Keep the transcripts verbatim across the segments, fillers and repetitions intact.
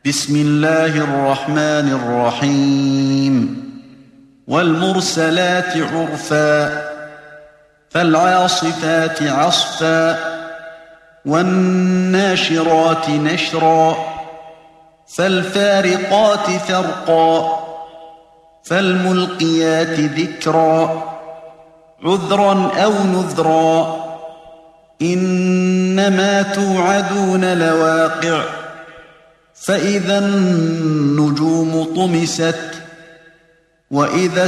بسم الله الرحمن الرحيم والمرسلات عرفا فالعاصفات عصفا والناشرات نشرا فالفارقات فرقا فالملقيات ذكرا عذرا أو نذرا إنما توعدون لواقع فإذا النجوم طمست وإذا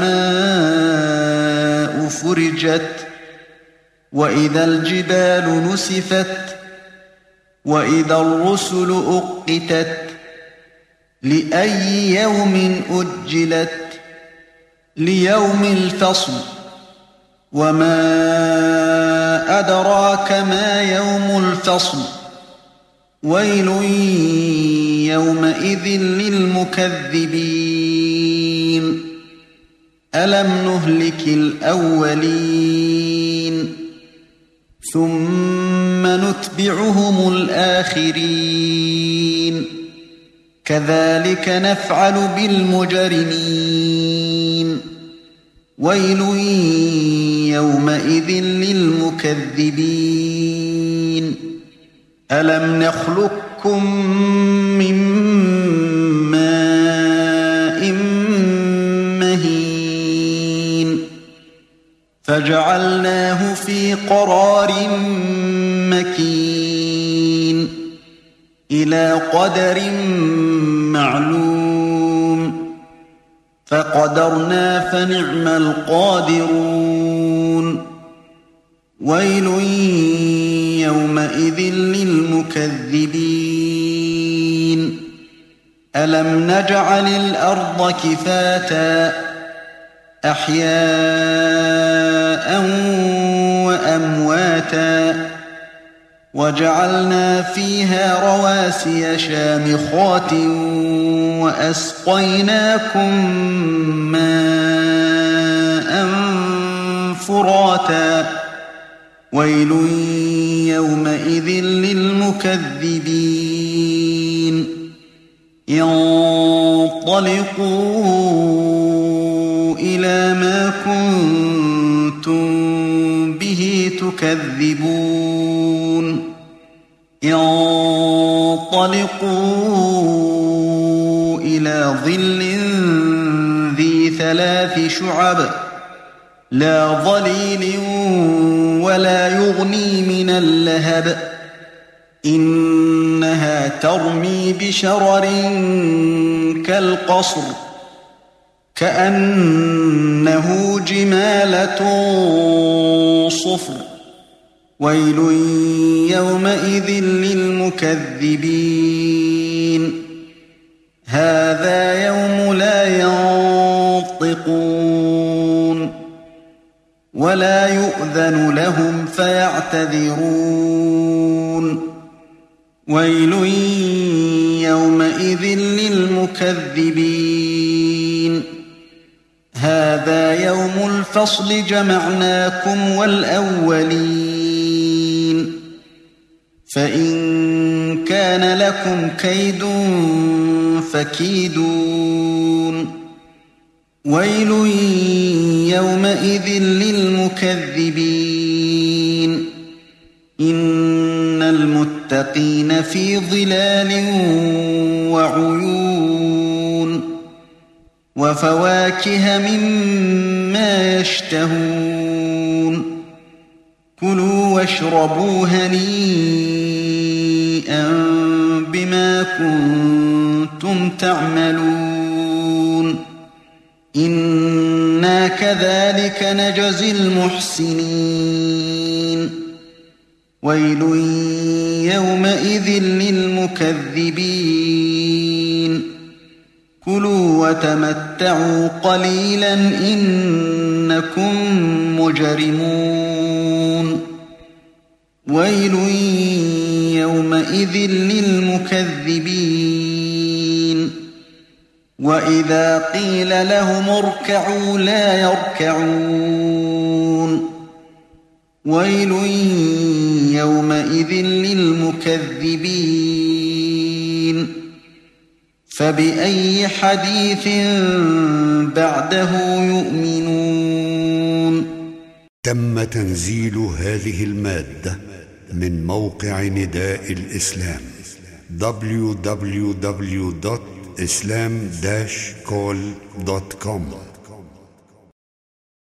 السماء فرجت وإذا الجبال نسفت وإذا الرسل أقتت لأي يوم أجلت ليوم الفصل وما أدراك ما يوم الفصل ويل يومئذ للمكذبين ألم نهلك الأولين ثم نتبعهم الآخرين كذلك نفعل بالمجرمين ويل يومئذ للمكذبين ألم نخلقكم من ماء مهين فجعلناه في قرار مكين إلى قدر معلوم فقدرنا فنعم القادرون ويل يومئذ للمكذبين ألم نجعل الأرض كفاتا أحياء وأمواتا وجعلنا فيها رواسي شامخات وأسقيناكم ماء فراتا ويل يومئذ للمكذبين انطلقوا إلى ما كنتم به تكذبون انطلقوا إلى ظل ذي ثلاث شعب لا ظليل ولا يغني من اللهب إنها ترمي بشرر كالقصر كأنه جمالة صفر ويل يومئذ للمكذبين هذا يوم لا ينطقون ولا يؤذن لهم فيعتذرون ويل يومئذ للمكذبين هذا يوم الفصل جمعناكم والأولين فإن كان لكم كيد فكيدون ويل يومئذ للمكذبين إن المتقين في ظلال وعيون وفواكه مما يشتهون كلوا واشربوا هنيئا بما كنتم تعملون إنا كذلك نجزي المحسنين ويل يومئذ للمكذبين كلوا وتمتعوا قليلا إنكم مجرمون ويل يومئذ للمكذبين وإذا قيل لهم اركعوا لا يركعون ويل يومئذ للمكذبين فبأي حديث بعده يؤمنون تم تنزيل هذه المادة من موقع نداء الإسلام دبليو دبليو دبليو دوت إسلام داش كول دوت كوم.